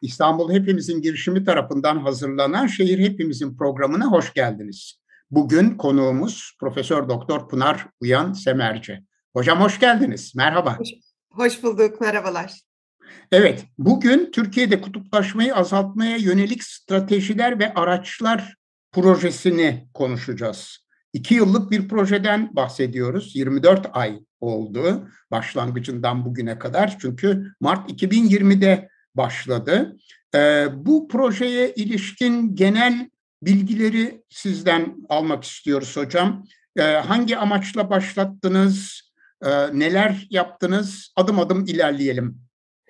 İstanbul Hepimizin girişimi tarafından hazırlanan Şehir Hepimizin programına hoş geldiniz. Bugün konuğumuz Profesör Doktor Pınar Uyan Semerci. Hocam hoş geldiniz. Merhaba. Hoş bulduk. Merhabalar. Evet, bugün Türkiye'de kutuplaşmayı azaltmaya yönelik stratejiler ve araçlar projesini konuşacağız. 2 yıllık bir projeden bahsediyoruz. 24 ay oldu başlangıcından bugüne kadar. Çünkü Mart 2020'de başladı. Bu projeye ilişkin genel bilgileri sizden almak istiyoruz hocam. Hangi amaçla başlattınız? Neler yaptınız? Adım adım ilerleyelim.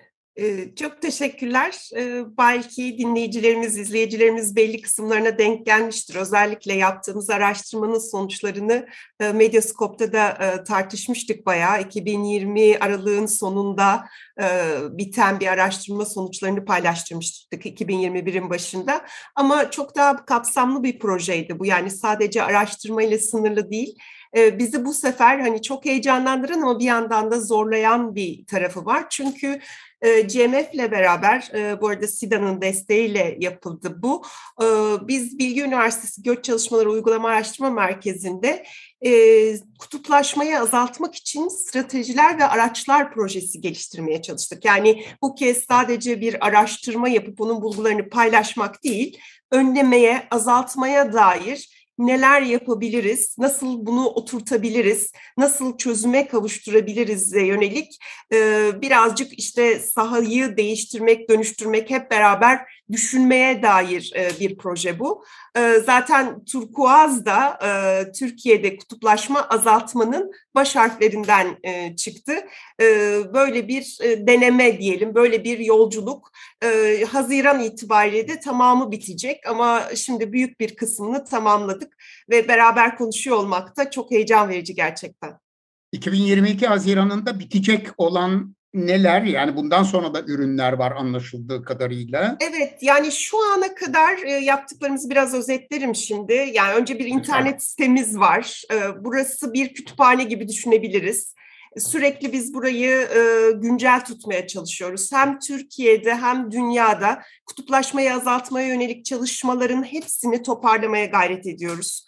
Çok teşekkürler. Belki dinleyicilerimiz, izleyicilerimiz belli kısımlarına denk gelmiştir. Özellikle yaptığımız araştırmanın sonuçlarını Medyascope'da da tartışmıştık bayağı. 2020 aralığın sonunda biten bir araştırma sonuçlarını paylaştırmıştık 2021'in başında. Ama çok daha kapsamlı bir projeydi bu. Yani sadece araştırmayla sınırlı değil. Bizi bu sefer hani çok heyecanlandıran ama bir yandan da zorlayan bir tarafı var. Çünkü GMF'le beraber, bu arada SİDA'nın desteğiyle yapıldı bu. Biz Bilgi Üniversitesi Göç Çalışmaları Uygulama Araştırma Merkezi'nde kutuplaşmayı azaltmak için stratejiler ve araçlar projesi geliştirmeye çalıştık. Yani bu kez sadece bir araştırma yapıp onun bulgularını paylaşmak değil, önlemeye, azaltmaya dair neler yapabiliriz, nasıl bunu oturtabiliriz, nasıl çözüme kavuşturabiliriz'e yönelik birazcık işte sahayı değiştirmek, dönüştürmek, hep beraber düşünmeye dair bir proje bu. Zaten turkuaz da Türkiye'de kutuplaşma azaltmanın baş harflerinden çıktı. Böyle bir deneme diyelim, böyle bir yolculuk. Haziran itibariyle de tamamı bitecek ama şimdi büyük bir kısmını tamamladık ve beraber konuşuyor olmak da çok heyecan verici gerçekten. 2022 Haziran'ında bitecek olan neler? Yani bundan sonra da ürünler var anlaşıldığı kadarıyla. Evet, yani şu ana kadar yaptıklarımızı biraz özetlerim şimdi. Yani önce bir internet sitemiz var. Burası bir kütüphane gibi düşünebiliriz. Sürekli biz burayı güncel tutmaya çalışıyoruz. Hem Türkiye'de hem dünyada kutuplaşmayı azaltmaya yönelik çalışmaların hepsini toparlamaya gayret ediyoruz.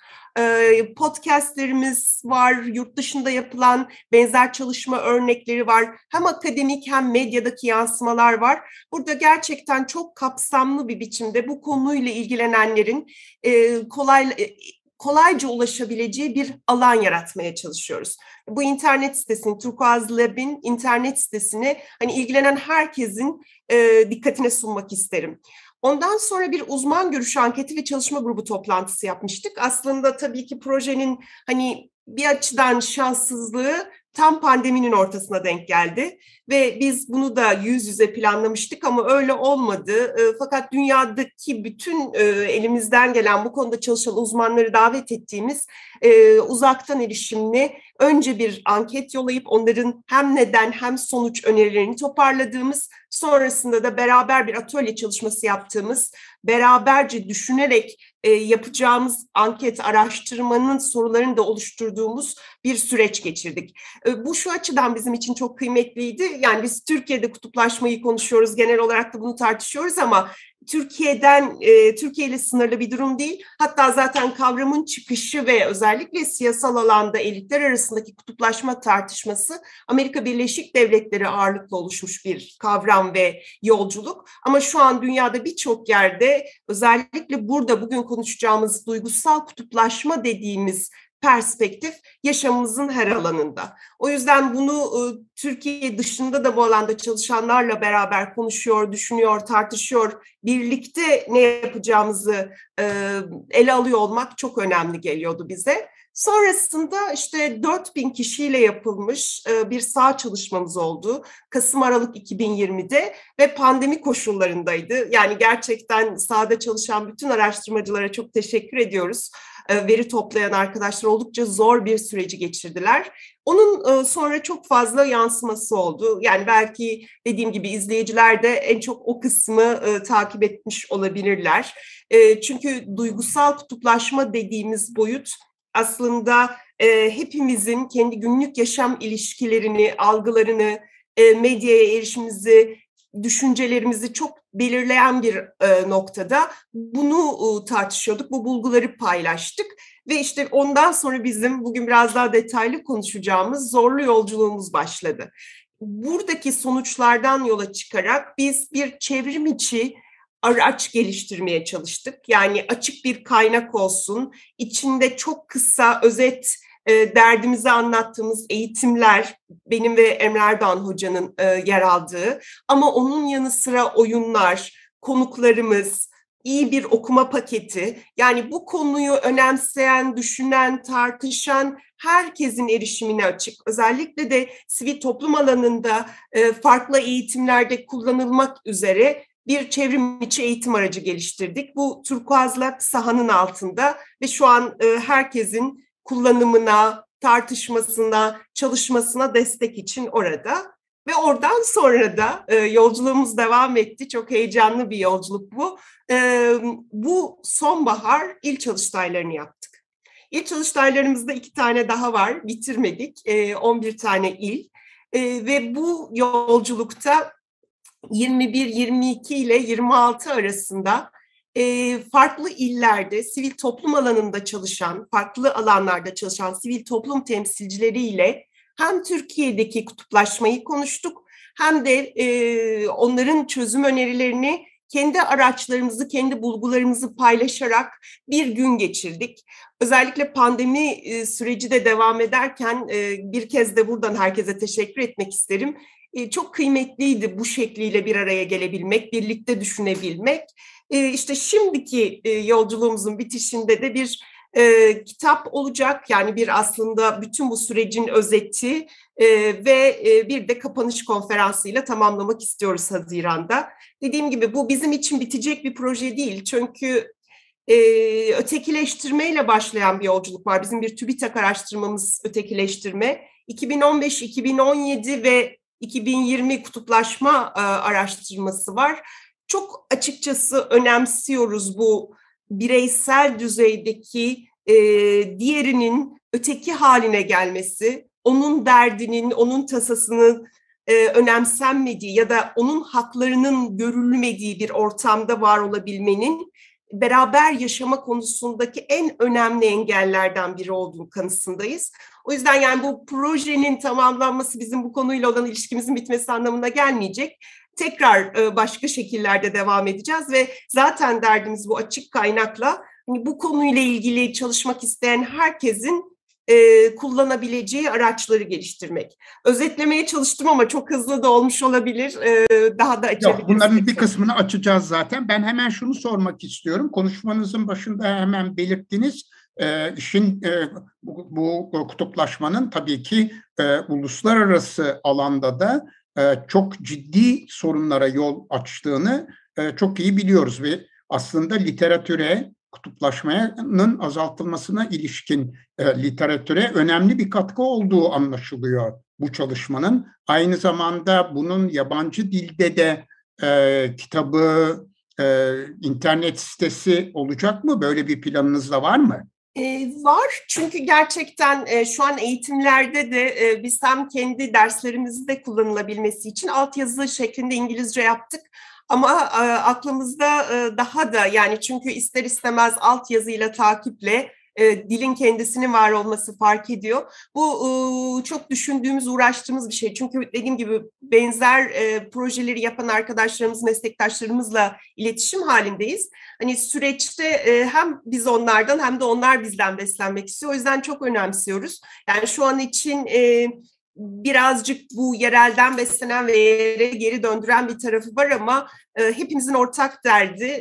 Podcastlerimiz var, yurt dışında yapılan benzer çalışma örnekleri var. Hem akademik hem medyadaki yansımalar var. Burada gerçekten çok kapsamlı bir biçimde bu konuyla ilgilenenlerin kolayca ulaşabileceği bir alan yaratmaya çalışıyoruz. Bu internet sitesini, Turkuaz Lab'in internet sitesini hani ilgilenen herkesin dikkatine sunmak isterim. Ondan sonra bir uzman görüşü anketi ve çalışma grubu toplantısı yapmıştık. Aslında tabii ki projenin hani bir açıdan şanssızlığı tam pandeminin ortasına denk geldi ve biz bunu da yüz yüze planlamıştık ama öyle olmadı. Fakat dünyadaki bütün elimizden gelen bu konuda çalışan uzmanları davet ettiğimiz uzaktan erişimli önce bir anket yollayıp onların hem neden hem sonuç önerilerini toparladığımız, sonrasında da beraber bir atölye çalışması yaptığımız, beraberce düşünerek yapacağımız anket araştırmanın sorularını da oluşturduğumuz bir süreç geçirdik. Bu şu açıdan bizim için çok kıymetliydi. Yani biz Türkiye'de kutuplaşmayı konuşuyoruz, genel olarak da bunu tartışıyoruz ama Türkiye ile sınırlı bir durum değil. Hatta zaten kavramın çıkışı ve özellikle siyasal alanda elitler arasındaki kutuplaşma tartışması Amerika Birleşik Devletleri ağırlıklı oluşmuş bir kavram ve yolculuk. Ama şu an dünyada birçok yerde, özellikle burada bugün konuşacağımız duygusal kutuplaşma dediğimiz perspektif yaşamımızın her alanında. O yüzden bunu Türkiye dışında da bu alanda çalışanlarla beraber konuşuyor, düşünüyor, tartışıyor, birlikte ne yapacağımızı ele alıyor olmak çok önemli geliyordu bize. Sonrasında işte 4.000 kişiyle yapılmış bir saha çalışmamız oldu. Kasım-Aralık 2020'de ve pandemi koşullarındaydı. Yani gerçekten sahada çalışan bütün araştırmacılara çok teşekkür ediyoruz. Veri toplayan arkadaşlar oldukça zor bir süreci geçirdiler. Onun sonra çok fazla yansıması oldu. Yani belki dediğim gibi izleyiciler de en çok o kısmı takip etmiş olabilirler. Çünkü duygusal kutuplaşma dediğimiz boyut aslında hepimizin kendi günlük yaşam ilişkilerini, algılarını, medyaya erişimimizi düşüncelerimizi çok belirleyen bir noktada bunu tartışıyorduk, bu bulguları paylaştık ve işte ondan sonra bizim bugün biraz daha detaylı konuşacağımız zorlu yolculuğumuz başladı. Buradaki sonuçlardan yola çıkarak biz bir çevrim içi araç geliştirmeye çalıştık. Yani açık bir kaynak olsun, içinde çok kısa, özet derdimizi anlattığımız eğitimler, benim ve Emre Erdoğan Hoca'nın yer aldığı, ama onun yanı sıra oyunlar, konuklarımız, iyi bir okuma paketi, yani bu konuyu önemseyen, düşünen, tartışan herkesin erişimine açık. Özellikle de sivil toplum alanında farklı eğitimlerde kullanılmak üzere bir çevrim içi eğitim aracı geliştirdik. Bu Turkuaz Lab sahanın altında ve şu an herkesin kullanımına, tartışmasına, çalışmasına destek için orada. Ve oradan sonra da yolculuğumuz devam etti. Çok heyecanlı bir yolculuk bu. Bu sonbahar il çalıştaylarını yaptık. İl çalıştaylarımızda 2 tane daha var, bitirmedik. 11 tane il. Ve bu yolculukta 21, 22 ile 26 arasında farklı illerde sivil toplum alanında çalışan, farklı alanlarda çalışan sivil toplum temsilcileriyle hem Türkiye'deki kutuplaşmayı konuştuk hem de onların çözüm önerilerini kendi araçlarımızı, kendi bulgularımızı paylaşarak bir gün geçirdik. Özellikle pandemi süreci de devam ederken bir kez de buradan herkese teşekkür etmek isterim. Çok kıymetliydi bu şekliyle bir araya gelebilmek, birlikte düşünebilmek. İşte şimdiki yolculuğumuzun bitişinde de bir kitap olacak. Yani bir aslında bütün bu sürecin özeti ve bir de kapanış konferansıyla tamamlamak istiyoruz Haziran'da. Dediğim gibi bu bizim için bitecek bir proje değil. Çünkü ötekileştirmeyle başlayan bir yolculuk var. Bizim bir TÜBİTAK araştırmamız ötekileştirme. 2015, 2017 ve 2020 kutuplaşma araştırması var. Çok açıkçası önemsiyoruz bu bireysel düzeydeki diğerinin öteki haline gelmesi, onun derdinin, onun tasasının önemsenmediği ya da onun haklarının görülmediği bir ortamda var olabilmenin beraber yaşama konusundaki en önemli engellerden biri olduğu kanısındayız. O yüzden yani bu projenin tamamlanması bizim bu konuyla olan ilişkimizin bitmesi anlamına gelmeyecek. Tekrar başka şekillerde devam edeceğiz ve zaten derdimiz bu açık kaynakla bu konuyla ilgili çalışmak isteyen herkesin kullanabileceği araçları geliştirmek. Özetlemeye çalıştım ama çok hızlı da olmuş olabilir. Daha da açabiliriz. Yok, bunların bir kısmını açacağız zaten. Ben hemen şunu sormak istiyorum. Konuşmanızın başında hemen belirttiniz. İşin bu kutuplaşmanın tabii ki uluslararası alanda da çok ciddi sorunlara yol açtığını çok iyi biliyoruz ve aslında literatüre, kutuplaşmanın azaltılmasına ilişkin literatüre önemli bir katkı olduğu anlaşılıyor bu çalışmanın. Aynı zamanda bunun yabancı dilde de kitabı, internet sitesi olacak mı? Böyle bir planınız da var mı? Var çünkü gerçekten şu an eğitimlerde de biz hem kendi derslerimizde kullanılabilmesi için altyazı şeklinde İngilizce yaptık. Ama aklımızda daha da yani çünkü ister istemez altyazıyla takiple dilin kendisinin var olması fark ediyor. Bu çok düşündüğümüz, uğraştığımız bir şey. Çünkü dediğim gibi benzer projeleri yapan arkadaşlarımız, meslektaşlarımızla iletişim halindeyiz. Hani süreçte hem biz onlardan hem de onlar bizden beslenmek istiyor. O yüzden çok önemsiyoruz. Yani şu an için birazcık bu yerelden beslenen ve yere geri döndüren bir tarafı var ama hepimizin ortak derdi.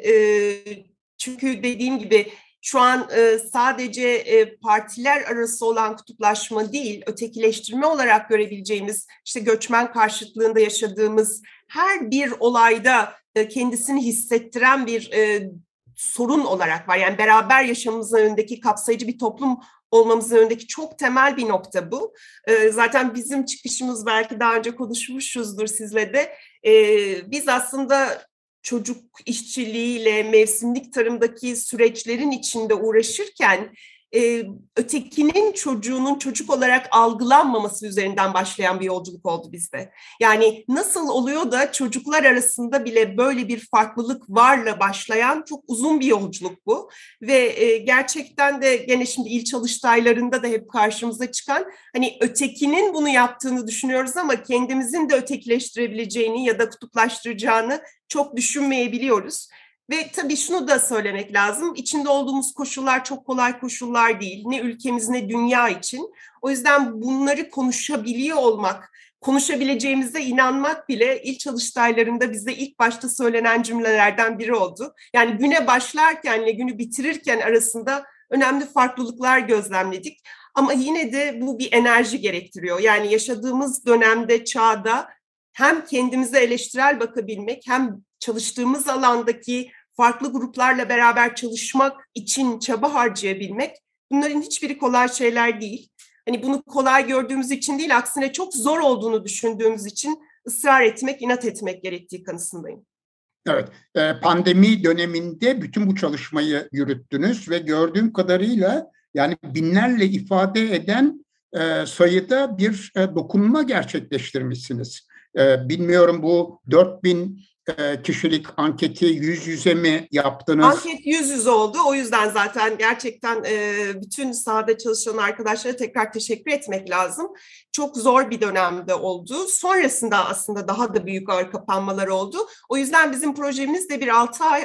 Çünkü dediğim gibi şu an sadece partiler arası olan kutuplaşma değil, ötekileştirme olarak görebileceğimiz, işte göçmen karşıtlığında yaşadığımız her bir olayda kendisini hissettiren bir sorun olarak var. Yani beraber yaşamımızın önündeki kapsayıcı bir toplum olmamızın önündeki çok temel bir nokta bu. Zaten bizim çıkışımız belki daha önce konuşmuşuzdur sizle de. Biz aslında çocuk işçiliğiyle, mevsimlik tarımdaki süreçlerin içinde uğraşırken ötekinin çocuğunun çocuk olarak algılanmaması üzerinden başlayan bir yolculuk oldu bizde. Yani nasıl oluyor da çocuklar arasında bile böyle bir farklılık varla başlayan çok uzun bir yolculuk bu. Ve gerçekten de gene şimdi il çalıştaylarında da hep karşımıza çıkan, hani ötekinin bunu yaptığını düşünüyoruz ama kendimizin de ötekileştirebileceğini ya da kutuplaştıracağını çok düşünmeyebiliyoruz. Ve tabii şunu da söylemek lazım, içinde olduğumuz koşullar çok kolay koşullar değil. Ne ülkemiz ne dünya için. O yüzden bunları konuşabiliyor olmak, konuşabileceğimize inanmak bile il çalıştaylarında bize ilk başta söylenen cümlelerden biri oldu. Yani güne başlarkenle günü bitirirken arasında önemli farklılıklar gözlemledik. Ama yine de bu bir enerji gerektiriyor. Yani yaşadığımız dönemde, çağda hem kendimize eleştirel bakabilmek, hem çalıştığımız alandaki farklı gruplarla beraber çalışmak için çaba harcayabilmek, bunların hiçbiri kolay şeyler değil. Hani bunu kolay gördüğümüz için değil, aksine çok zor olduğunu düşündüğümüz için ısrar etmek, inat etmek gerektiği kanısındayım. Evet, pandemi döneminde bütün bu çalışmayı yürüttünüz ve gördüğüm kadarıyla yani binlerle ifade eden sayıda bir dokunma gerçekleştirmişsiniz. Bilmiyorum, bu 4000 kişilik anketi yüz yüze mi yaptınız? Anket yüz yüze oldu. O yüzden zaten gerçekten bütün sahada çalışan arkadaşlara tekrar teşekkür etmek lazım. Çok zor bir dönemde oldu. Sonrasında aslında daha da büyük ağır kapanmalar oldu. O yüzden bizim projemiz de bir 6 ay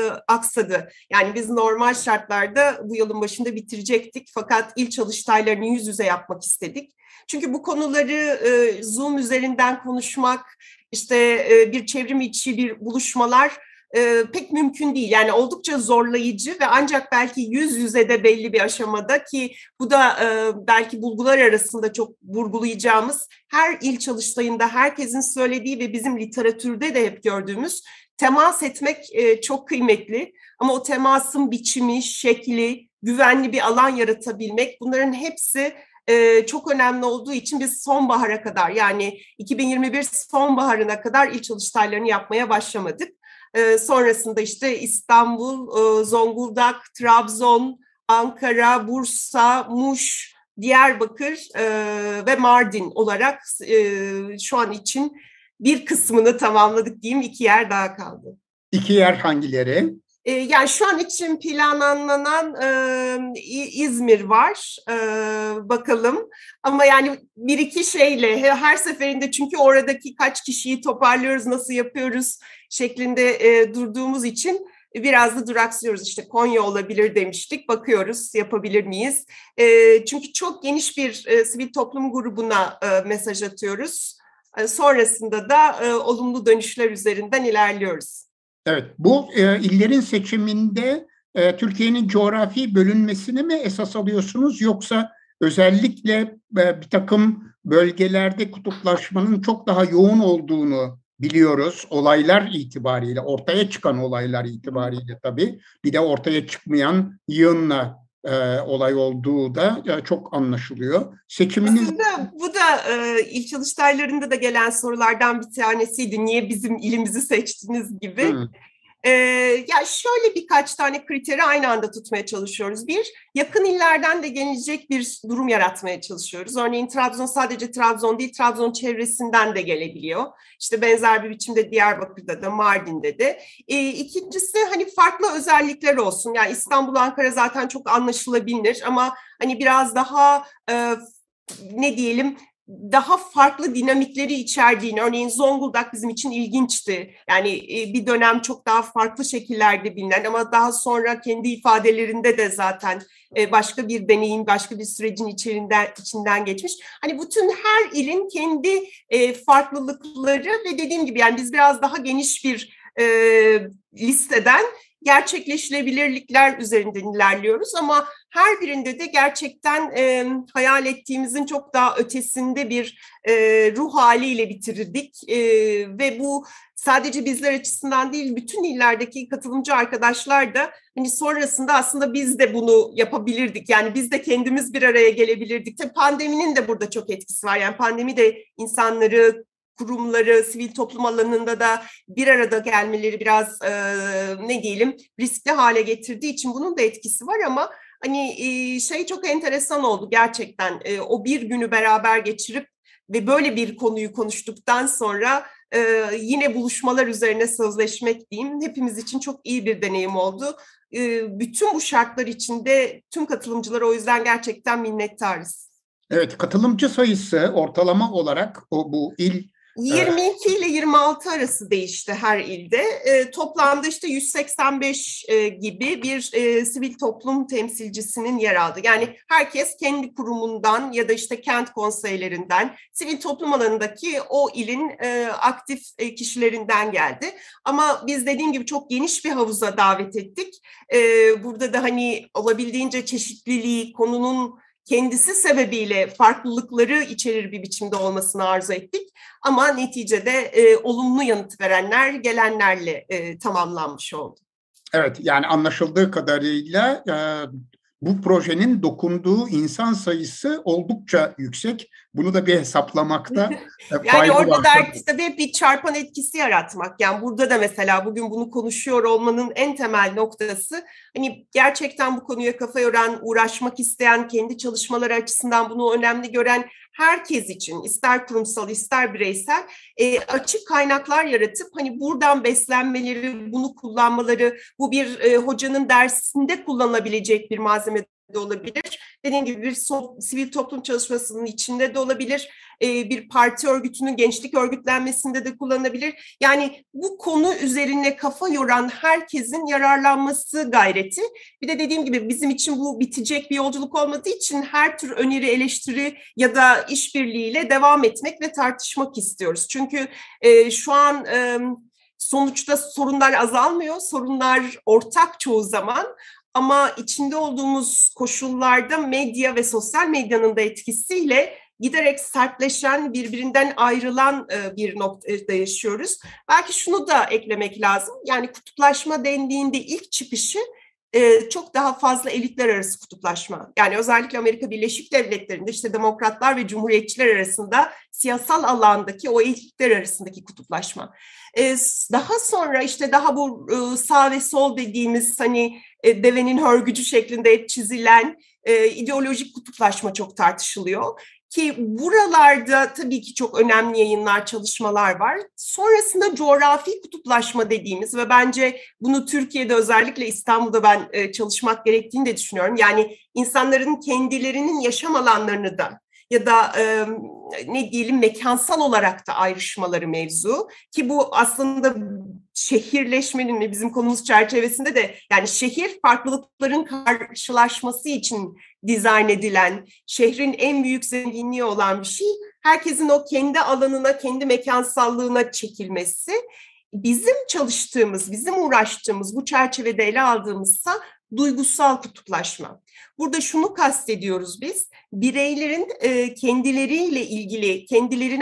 aksadı. Yani biz normal şartlarda bu yılın başında bitirecektik. Fakat il çalıştaylarını yüz yüze yapmak istedik. Çünkü bu konuları Zoom üzerinden konuşmak, işte bir çevrim içi bir buluşmalar pek mümkün değil. Yani oldukça zorlayıcı ve ancak belki yüz yüze de belli bir aşamada, ki bu da belki bulgular arasında çok vurgulayacağımız, her il çalıştayında herkesin söylediği ve bizim literatürde de hep gördüğümüz, temas etmek çok kıymetli. Ama o temasın biçimi, şekli, güvenli bir alan yaratabilmek, bunların hepsi çok önemli olduğu için biz sonbahara kadar, yani 2021 sonbaharına kadar il çalıştaylarını yapmaya başlamadık. Sonrasında işte İstanbul, Zonguldak, Trabzon, Ankara, Bursa, Muş, Diyarbakır ve Mardin olarak şu an için bir kısmını tamamladık diyeyim. 2 yer daha kaldı. 2 yer hangileri? Yani şu an için planlanan İzmir var, bakalım. Ama yani bir iki şeyle her seferinde, çünkü oradaki kaç kişiyi toparlıyoruz, nasıl yapıyoruz şeklinde durduğumuz için biraz da duraksıyoruz. İşte Konya olabilir demiştik, bakıyoruz yapabilir miyiz? Çünkü çok geniş bir sivil toplum grubuna mesaj atıyoruz. Sonrasında da olumlu dönüşler üzerinden ilerliyoruz. Evet, bu illerin seçiminde Türkiye'nin coğrafi bölünmesini mi esas alıyorsunuz, yoksa özellikle bir takım bölgelerde kutuplaşmanın çok daha yoğun olduğunu biliyoruz olaylar itibariyle, ortaya çıkan olaylar itibariyle tabii, bir de ortaya çıkmayan yığınla olay olduğu da çok anlaşılıyor. Seçiminiz... Aslında bu da il çalıştaylarında da gelen sorulardan bir tanesiydi. Niye bizim ilimizi seçtiniz gibi. Ya şöyle birkaç tane kriteri aynı anda tutmaya çalışıyoruz. Bir, yakın illerden de gelecek bir durum yaratmaya çalışıyoruz. Örneğin Trabzon sadece Trabzon değil, Trabzon çevresinden de gelebiliyor. İşte benzer bir biçimde Diyarbakır'da da, Mardin'de de. İkincisi, hani farklı özellikler olsun. Yani İstanbul, Ankara zaten çok anlaşılabilir ama hani biraz daha ne diyelim, daha farklı dinamikleri içerdiğini, örneğin Zonguldak bizim için ilginçti. Yani bir dönem çok daha farklı şekillerde bilinen ama daha sonra kendi ifadelerinde de zaten başka bir deneyim, başka bir sürecin içinden geçmiş. Hani bütün her ilin kendi farklılıkları ve dediğim gibi yani biz biraz daha geniş bir listeden gerçekleşilebilirlikler üzerinden ilerliyoruz ama her birinde de gerçekten hayal ettiğimizin çok daha ötesinde bir ruh haliyle bitirdik ve bu sadece bizler açısından değil, bütün illerdeki katılımcı arkadaşlar da hani sonrasında aslında biz de bunu yapabilirdik. Yani biz de kendimiz bir araya gelebilirdik. Tabii pandeminin de burada çok etkisi var. Yani pandemi de insanları, kurumları, sivil toplum alanında da bir arada gelmeleri biraz ne diyelim riskli hale getirdiği için bunun da etkisi var ama hani şey çok enteresan oldu gerçekten. O bir günü beraber geçirip ve böyle bir konuyu konuştuktan sonra yine buluşmalar üzerine sözleşmek diyeyim, hepimiz için çok iyi bir deneyim oldu. Bütün bu şartlar içinde tüm katılımcılara o yüzden gerçekten minnettarız. Evet, katılımcı sayısı ortalama olarak bu il 22 ile 26 arası değişti her ilde. Toplamda işte 185 gibi bir sivil toplum temsilcisinin yer aldı. Yani herkes kendi kurumundan ya da işte kent konseylerinden, sivil toplum alanındaki o ilin aktif kişilerinden geldi. Ama biz dediğim gibi çok geniş bir havuza davet ettik. Burada da hani olabildiğince çeşitliliği, konunun kendisi sebebiyle farklılıkları içerir bir biçimde olmasını arzu ettik. Ama neticede olumlu yanıt verenler gelenlerle tamamlanmış oldu. Evet, yani anlaşıldığı kadarıyla bu projenin dokunduğu insan sayısı oldukça yüksek. Bunu da bir hesaplamakta Yani fayda orada var. dert tabii bir çarpan etkisi yaratmak. Yani burada da mesela bugün bunu konuşuyor olmanın en temel noktası hani gerçekten bu konuya kafa yoran, uğraşmak isteyen, kendi çalışmaları açısından bunu önemli gören herkes için ister kurumsal ister bireysel açık kaynaklar yaratıp hani buradan beslenmeleri, bunu kullanmaları, bu bir hocanın dersinde kullanılabilecek bir malzeme de olabilir. Dediğim gibi bir sivil toplum çalışmasının içinde de olabilir. Bir parti örgütünün gençlik örgütlenmesinde de kullanılabilir. Yani bu konu üzerine kafa yoran herkesin yararlanması gayreti. Bir de dediğim gibi bizim için bu bitecek bir yolculuk olmadığı için her tür öneri, eleştiri ya da işbirliğiyle devam etmek ve tartışmak istiyoruz. Çünkü şu an sonuçta sorunlar azalmıyor, sorunlar ortak çoğu zaman. Ama içinde olduğumuz koşullarda medya ve sosyal medyanın da etkisiyle giderek sertleşen, birbirinden ayrılan bir noktada yaşıyoruz. Belki şunu da eklemek lazım. Yani kutuplaşma dendiğinde ilk çıkışı çok daha fazla elitler arası kutuplaşma. Yani özellikle Amerika Birleşik Devletleri'nde işte demokratlar ve cumhuriyetçiler arasında siyasal alandaki o elitler arasındaki kutuplaşma. Daha sonra işte daha bu sağ ve sol dediğimiz hani devenin hörgücü şeklinde çizilen ideolojik kutuplaşma çok tartışılıyor. Ki buralarda tabii ki çok önemli yayınlar, çalışmalar var. Sonrasında coğrafi kutuplaşma dediğimiz ve bence bunu Türkiye'de özellikle İstanbul'da ben çalışmak gerektiğini de düşünüyorum. Yani insanların kendilerinin yaşam alanlarını da ya da ne diyelim mekansal olarak da ayrışmaları mevzu ki bu aslında şehirleşmenin ve bizim konumuz çerçevesinde de yani şehir farklılıkların karşılaşması için dizayn edilen, şehrin en büyük zenginliği olan bir şey. Herkesin o kendi alanına, kendi mekansallığına çekilmesi. Bizim çalıştığımız, bizim uğraştığımız, bu çerçevede ele aldığımızsa duygusal kutuplaşma. Burada şunu kastediyoruz biz, bireylerin kendileriyle ilgili, kendilerine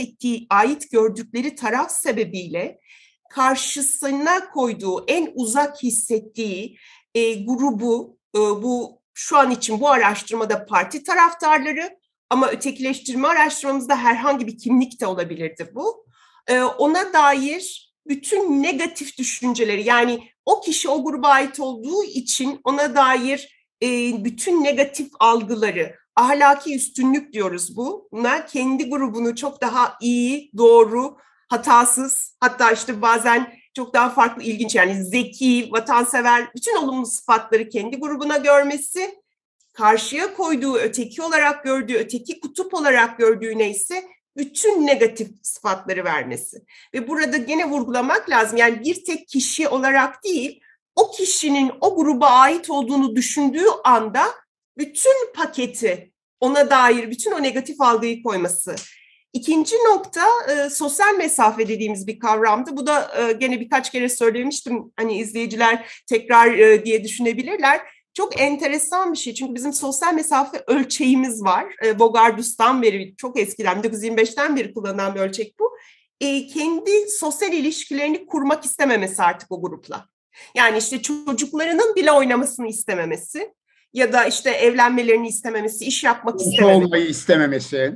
ait gördükleri taraf sebebiyle karşısına koyduğu, en uzak hissettiği grubu, bu şu an için bu araştırmada parti taraftarları ama ötekileştirme araştırmamızda herhangi bir kimlik de olabilirdi bu. Ona dair bütün negatif düşünceleri yani o kişi o gruba ait olduğu için ona dair bütün negatif algıları, ahlaki üstünlük diyoruz buna. Kendi grubunu çok daha iyi, doğru, hatasız, hatta işte bazen çok daha farklı, ilginç yani zeki, vatansever, bütün olumlu sıfatları kendi grubuna görmesi, karşıya koyduğu, öteki olarak gördüğü, öteki kutup olarak gördüğü neyse bütün negatif sıfatları vermesi. Ve burada gene vurgulamak lazım. Yani bir tek kişi olarak değil, o kişinin o gruba ait olduğunu düşündüğü anda bütün paketi ona dair bütün o negatif algıyı koyması. İkinci nokta sosyal mesafe dediğimiz bir kavramdı. Bu da gene birkaç kere söylemiştim. Hani izleyiciler tekrar diye düşünebilirler. Çok enteresan bir şey çünkü bizim sosyal mesafe ölçeğimiz var. Bogardus'tan beri, çok eskiden 1925'ten beri kullanılan bir ölçek bu. Kendi sosyal ilişkilerini kurmak istememesi artık o grupla. Yani işte çocuklarının bile oynamasını istememesi ya da işte evlenmelerini istememesi, iş yapmak istememesi. Olmayı istememesi.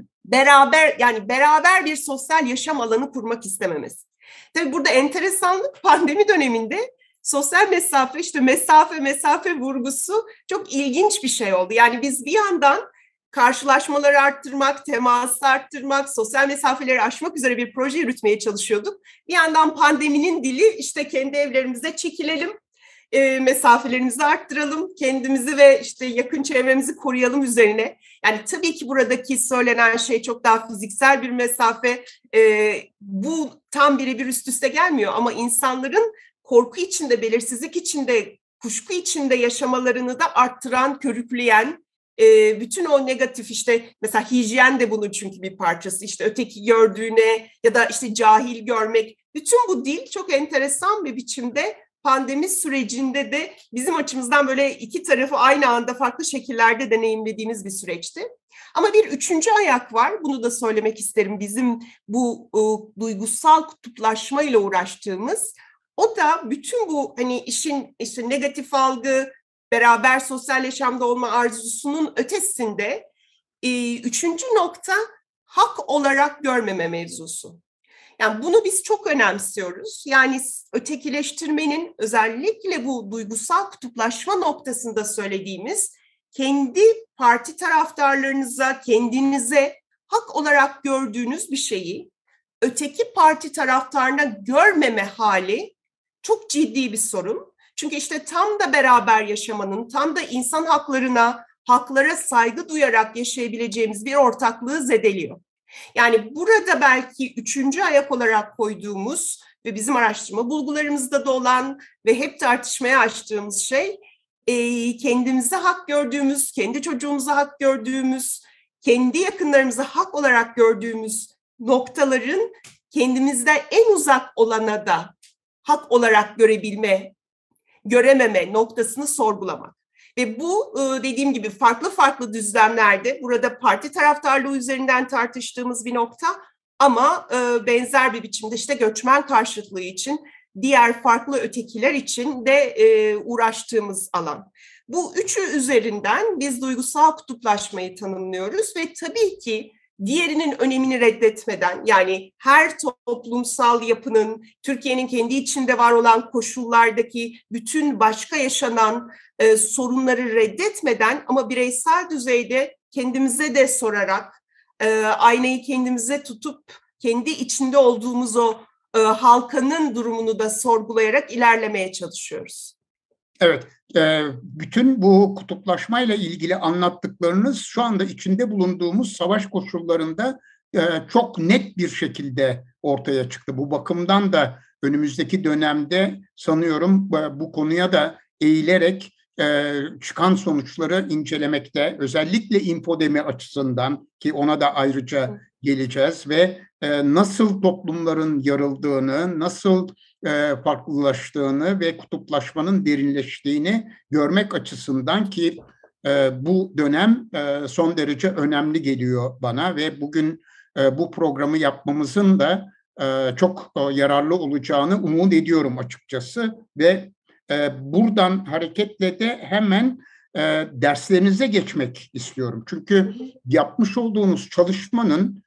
Beraber bir sosyal yaşam alanı kurmak istememesi. Tabii burada enteresanlık pandemi döneminde sosyal mesafe, işte mesafe vurgusu çok ilginç bir şey oldu. Yani biz bir yandan karşılaşmaları arttırmak, teması arttırmak, sosyal mesafeleri aşmak üzere bir proje yürütmeye çalışıyorduk. Bir yandan pandeminin dili işte kendi evlerimize çekilelim, mesafelerimizi arttıralım, kendimizi ve işte yakın çevremizi koruyalım üzerine. Yani tabii ki buradaki söylenen şey çok daha fiziksel bir mesafe. Bu tam birebir üst üste gelmiyor ama insanların korku içinde, belirsizlik içinde, kuşku içinde yaşamalarını da arttıran, körükleyen, bütün o negatif işte mesela hijyen de bunun çünkü bir parçası, işte öteki gördüğüne ya da işte cahil görmek, bütün bu dil çok enteresan bir biçimde pandemi sürecinde de bizim açımızdan böyle iki tarafı aynı anda farklı şekillerde deneyimlediğimiz bir süreçti. Ama bir üçüncü ayak var, bunu da söylemek isterim, bizim bu duygusal kutuplaşmayla uğraştığımız. O da bütün bu hani işin işte negatif algı, beraber sosyal yaşamda olma arzusunun ötesinde üçüncü nokta hak olarak görmeme mevzusu. Yani bunu biz çok önemsiyoruz. Yani ötekileştirmenin özellikle bu duygusal kutuplaşma noktasında söylediğimiz kendi parti taraftarlarınıza, kendinize hak olarak gördüğünüz bir şeyi öteki parti taraftarına görmeme hali çok ciddi bir sorun. Çünkü işte tam da beraber yaşamanın, tam da insan haklarına, haklara saygı duyarak yaşayabileceğimiz bir ortaklığı zedeliyor. Yani burada belki üçüncü ayak olarak koyduğumuz ve bizim araştırma bulgularımızda da olan ve hep tartışmaya açtığımız şey, kendimize hak gördüğümüz, kendi çocuğumuza hak gördüğümüz, kendi yakınlarımıza hak olarak gördüğümüz noktaların kendimizden en uzak olana da hak olarak görememe noktasını sorgulamak. Ve bu dediğim gibi farklı düzlemlerde burada parti taraftarlığı üzerinden tartıştığımız bir nokta ama benzer bir biçimde işte göçmen karşıtlığı için, diğer farklı ötekiler için de uğraştığımız alan. Bu üçü üzerinden biz duygusal kutuplaşmayı tanımlıyoruz ve tabii ki diğerinin önemini reddetmeden, yani her toplumsal yapının, Türkiye'nin kendi içinde var olan koşullardaki bütün başka yaşanan sorunları reddetmeden ama bireysel düzeyde kendimize de sorarak, aynayı kendimize tutup kendi içinde olduğumuz o halkanın durumunu da sorgulayarak ilerlemeye çalışıyoruz. Evet, bütün bu kutuplaşmayla ilgili anlattıklarınız şu anda içinde bulunduğumuz savaş koşullarında çok net bir şekilde ortaya çıktı. Bu bakımdan da önümüzdeki dönemde sanıyorum bu konuya da eğilerek çıkan sonuçları incelemekte, özellikle infodemi açısından ki ona da ayrıca geleceğiz ve nasıl toplumların yarıldığını, nasıl farklılaştığını ve kutuplaşmanın derinleştiğini görmek açısından ki bu dönem son derece önemli geliyor bana ve bugün bu programı yapmamızın da çok yararlı olacağını umut ediyorum açıkçası ve buradan hareketle de hemen derslerinize geçmek istiyorum. Çünkü yapmış olduğunuz çalışmanın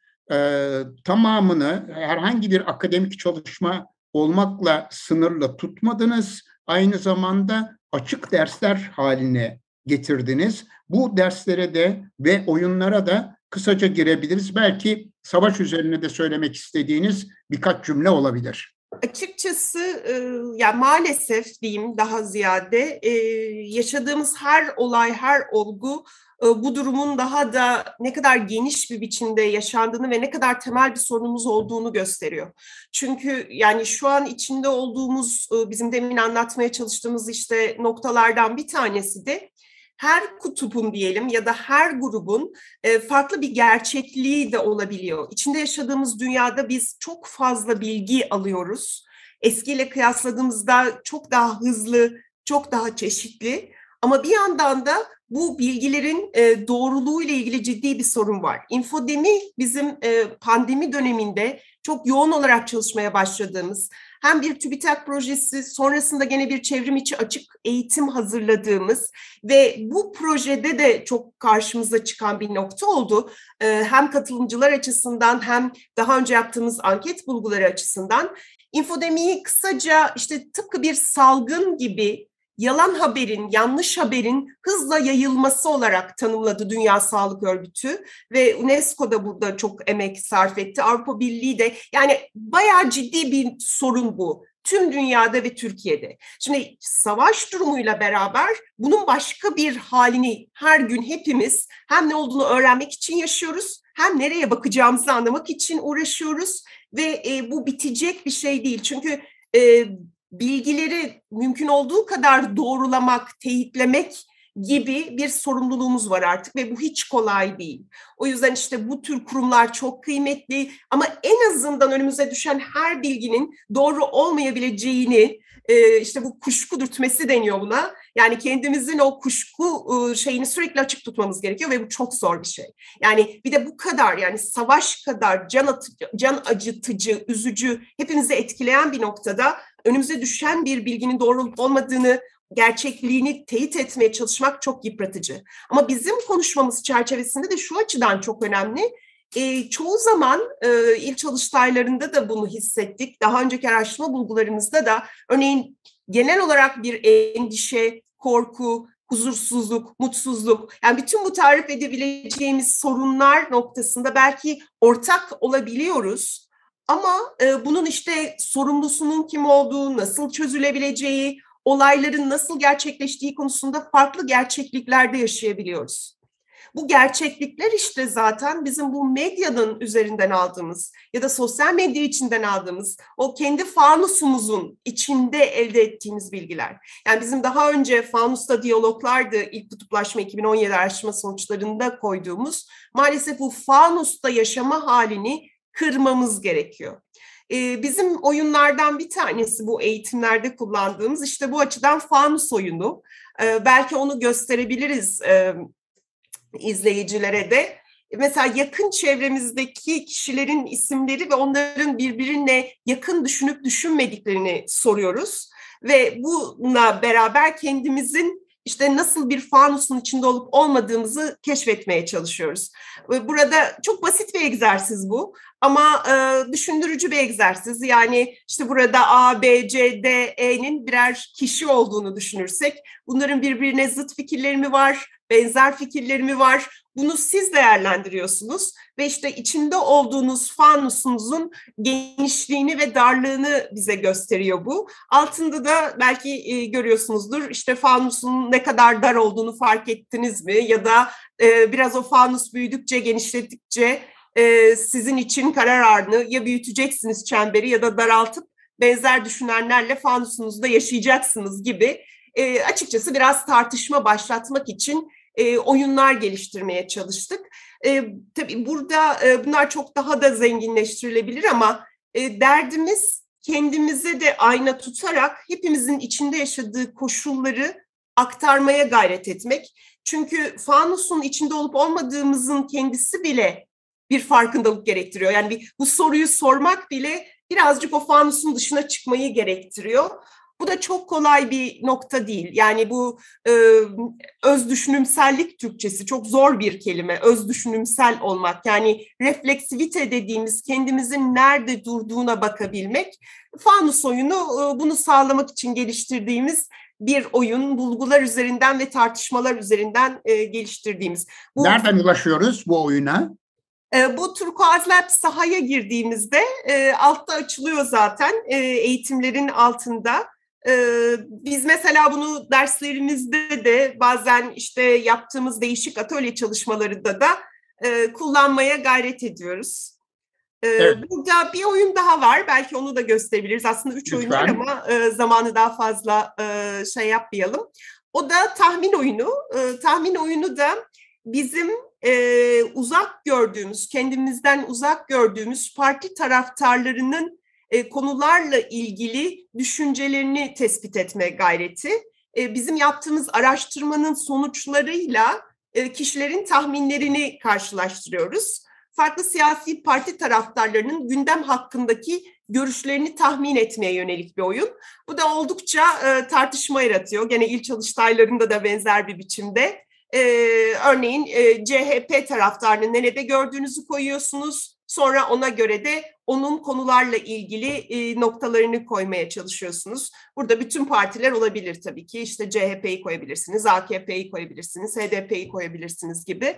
tamamını herhangi bir akademik çalışma olmakla sınırlı tutmadınız. Aynı zamanda açık dersler haline getirdiniz. Bu derslere de ve oyunlara da kısaca girebiliriz. Belki savaş üzerine de söylemek istediğiniz birkaç cümle olabilir. Açıkçası yani maalesef diyeyim daha ziyade yaşadığımız her olay, her olgu bu durumun daha da ne kadar geniş bir biçimde yaşandığını ve ne kadar temel bir sorunumuz olduğunu gösteriyor. Çünkü yani şu an içinde olduğumuz bizim demin anlatmaya çalıştığımız işte noktalardan bir tanesi de her kutupun diyelim ya da her grubun farklı bir gerçekliği de olabiliyor. İçinde yaşadığımız dünyada biz çok fazla bilgi alıyoruz. Eskiyle kıyasladığımızda çok daha hızlı, çok daha çeşitli. Ama bir yandan da bu bilgilerin doğruluğu ile ilgili ciddi bir sorun var. İnfodemi bizim pandemi döneminde çok yoğun olarak çalışmaya başladığımız, hem bir TÜBİTAK projesi, sonrasında gene bir çevrim içi açık eğitim hazırladığımız ve bu projede de çok karşımıza çıkan bir nokta oldu. Hem katılımcılar açısından hem daha önce yaptığımız anket bulguları açısından infodemiyi kısaca işte tıpkı bir salgın gibi yalan haberin, yanlış haberin hızla yayılması olarak tanımladı Dünya Sağlık Örgütü ve UNESCO da burada çok emek sarf etti. Avrupa Birliği de, yani bayağı ciddi bir sorun bu. Tüm dünyada ve Türkiye'de. Şimdi savaş durumuyla beraber bunun başka bir halini her gün hepimiz hem ne olduğunu öğrenmek için yaşıyoruz, hem nereye bakacağımızı anlamak için uğraşıyoruz ve bu bitecek bir şey değil. Çünkü bilgileri mümkün olduğu kadar doğrulamak, teyitlemek gibi bir sorumluluğumuz var artık ve bu hiç kolay değil. O yüzden işte bu tür kurumlar çok kıymetli ama en azından önümüze düşen her bilginin doğru olmayabileceğini, işte bu kuşku dürtmesi deniyor buna. Yani kendimizin o kuşku şeyini sürekli açık tutmamız gerekiyor ve bu çok zor bir şey. Yani bir de bu kadar, yani savaş kadar can acıtıcı, üzücü, hepimizi etkileyen bir noktada önümüze düşen bir bilginin doğru olup olmadığını, gerçekliğini teyit etmeye çalışmak çok yıpratıcı. Ama bizim konuşmamız çerçevesinde de şu açıdan çok önemli. Çoğu zaman il çalıştaylarında da bunu hissettik. Daha önceki araştırma bulgularımızda da örneğin genel olarak bir endişe, korku, huzursuzluk, mutsuzluk, yani bütün bu tarif edebileceğimiz sorunlar noktasında belki ortak olabiliyoruz. Ama bunun işte sorumlusunun kim olduğu, nasıl çözülebileceği, olayların nasıl gerçekleştiği konusunda farklı gerçekliklerde yaşayabiliyoruz. Bu gerçeklikler işte zaten bizim bu medyanın üzerinden aldığımız ya da sosyal medya içinden aldığımız o kendi fanusumuzun içinde elde ettiğimiz bilgiler. Yani bizim daha önce Fanus'ta diyaloglardı ilk kutuplaşma 2017 araştırma sonuçlarında koyduğumuz, maalesef bu Fanus'ta yaşama halini kırmamız gerekiyor. Bizim oyunlardan bir tanesi bu eğitimlerde kullandığımız işte bu açıdan fanus oyunu. Belki onu gösterebiliriz izleyicilere de. Mesela yakın çevremizdeki kişilerin isimleri ve onların birbirine yakın düşünüp düşünmediklerini soruyoruz. Ve buna beraber kendimizin işte nasıl bir fanusun içinde olup olmadığımızı keşfetmeye çalışıyoruz. Burada çok basit bir egzersiz bu ama düşündürücü bir egzersiz. Yani işte burada A, B, C, D, E'nin birer kişi olduğunu düşünürsek bunların birbirine zıt fikirleri mi var, benzer fikirleri mi var? Bunu siz değerlendiriyorsunuz ve işte içinde olduğunuz fanusunuzun genişliğini ve darlığını bize gösteriyor bu. Altında da belki görüyorsunuzdur, işte fanusun ne kadar dar olduğunu fark ettiniz mi? Ya da biraz o fanus büyüdükçe, genişledikçe sizin için karar anı ya büyüteceksiniz çemberi ya da daraltıp benzer düşünenlerle fanusunuzda yaşayacaksınız gibi. Açıkçası biraz tartışma başlatmak için oyunlar geliştirmeye çalıştık. Tabii burada bunlar çok daha da zenginleştirilebilir ama derdimiz kendimize de ayna tutarak hepimizin içinde yaşadığı koşulları aktarmaya gayret etmek. Çünkü fanusun içinde olup olmadığımızın kendisi bile bir farkındalık gerektiriyor. Yani bu soruyu sormak bile birazcık o fanusun dışına çıkmayı gerektiriyor. Bu da çok kolay bir nokta değil. Yani bu öz düşünümsellik Türkçesi çok zor bir kelime. Öz düşünümsel olmak, yani refleksivite dediğimiz kendimizin nerede durduğuna bakabilmek. Fanus oyunu bunu sağlamak için geliştirdiğimiz bir oyun, bulgular üzerinden ve tartışmalar üzerinden geliştirdiğimiz. Nereden ulaşıyoruz bu oyuna? Bu Turkuaz Lab sahaya girdiğimizde altta açılıyor zaten, eğitimlerin altında. Biz mesela bunu derslerimizde de bazen işte yaptığımız değişik atölye çalışmalarında da kullanmaya gayret ediyoruz. Evet. Burada bir oyun daha var. Belki onu da gösterebiliriz. Aslında 3 oyun var ama zamanı daha fazla şey yapmayalım. O da tahmin oyunu. Tahmin oyunu da bizim uzak gördüğümüz, kendimizden uzak gördüğümüz parti taraftarlarının konularla ilgili düşüncelerini tespit etme gayreti. Bizim yaptığımız araştırmanın sonuçlarıyla kişilerin tahminlerini karşılaştırıyoruz. Farklı siyasi parti taraftarlarının gündem hakkındaki görüşlerini tahmin etmeye yönelik bir oyun. Bu da oldukça tartışma yaratıyor. Gene il çalıştaylarında da benzer bir biçimde. Örneğin CHP taraftarını nerede gördüğünüzü koyuyorsunuz. Sonra ona göre de onun konularla ilgili noktalarını koymaya çalışıyorsunuz. Burada bütün partiler olabilir tabii ki. İşte CHP'yi koyabilirsiniz, AKP'yi koyabilirsiniz, HDP'yi koyabilirsiniz gibi.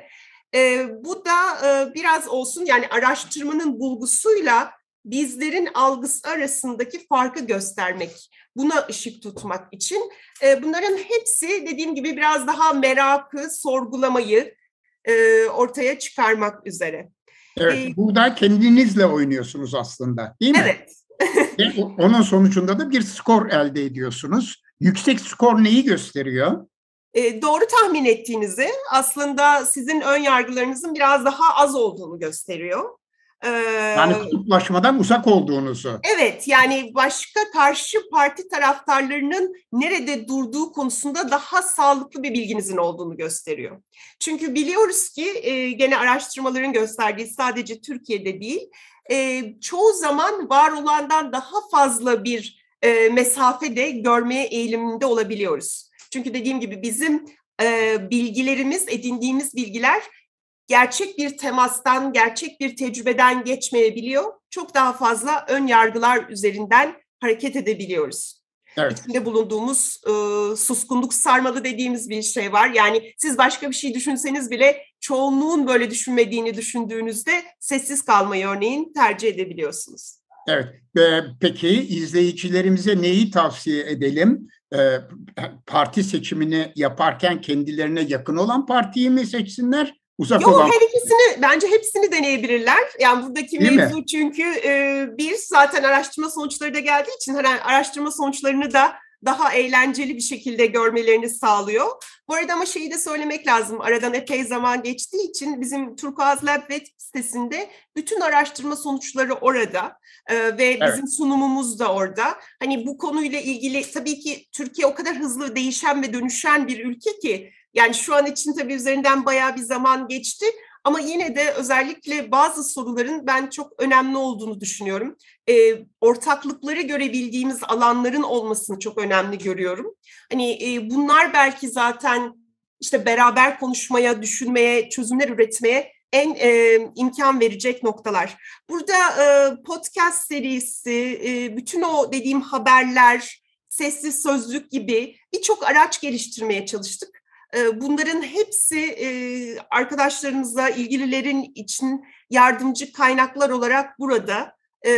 Bu da biraz olsun, yani araştırmanın bulgusuyla bizlerin algısı arasındaki farkı göstermek, buna ışık tutmak için. Bunların hepsi dediğim gibi biraz daha merakı, sorgulamayı ortaya çıkarmak üzere. Evet, burada kendinizle oynuyorsunuz aslında, değil mi? Evet. Onun sonucunda da bir skor elde ediyorsunuz. Yüksek skor neyi gösteriyor? Doğru tahmin ettiğinizi, aslında sizin ön yargılarınızın biraz daha az olduğunu gösteriyor. Yani kutuplaşmadan uzak olduğunuzu. Evet, yani başka karşı parti taraftarlarının nerede durduğu konusunda daha sağlıklı bir bilginizin olduğunu gösteriyor. Çünkü biliyoruz ki gene araştırmaların gösterdiği, sadece Türkiye'de değil, çoğu zaman var olandan daha fazla bir mesafede görmeye eğiliminde olabiliyoruz. Çünkü dediğim gibi bizim bilgilerimiz, edindiğimiz bilgiler gerçek bir temastan, gerçek bir tecrübeden geçmeyebiliyor. Çok daha fazla ön yargılar üzerinden hareket edebiliyoruz. Evet. İçinde bulunduğumuz suskunluk sarmalı dediğimiz bir şey var. Yani siz başka bir şey düşünseniz bile çoğunluğun böyle düşünmediğini düşündüğünüzde sessiz kalmayı örneğin tercih edebiliyorsunuz. Evet. Peki izleyicilerimize neyi tavsiye edelim? Parti seçimini yaparken kendilerine yakın olan partiyi mi seçsinler? Uzak olan... her ikisini, bence hepsini deneyebilirler. Yani buradaki Değil mevzu mi? çünkü bir, zaten araştırma sonuçları da geldiği için araştırma sonuçlarını da daha eğlenceli bir şekilde görmelerini sağlıyor. Bu arada ama şeyi de söylemek lazım. Aradan epey zaman geçtiği için bizim Turkuaz Lab web sitesinde bütün araştırma sonuçları orada ve bizim sunumumuz da orada. Hani bu konuyla ilgili tabii ki Türkiye o kadar hızlı değişen ve dönüşen bir ülke ki, yani şu an için tabii üzerinden bayağı bir zaman geçti. Ama yine de özellikle bazı soruların ben çok önemli olduğunu düşünüyorum. Ortaklıkları görebildiğimiz alanların olmasını çok önemli görüyorum. Hani bunlar belki zaten işte beraber konuşmaya, düşünmeye, çözümler üretmeye en imkan verecek noktalar. Burada podcast serisi, bütün o dediğim haberler, sessiz sözlük gibi birçok araç geliştirmeye çalıştık. Bunların hepsi arkadaşlarımıza, ilgililerin için yardımcı kaynaklar olarak burada.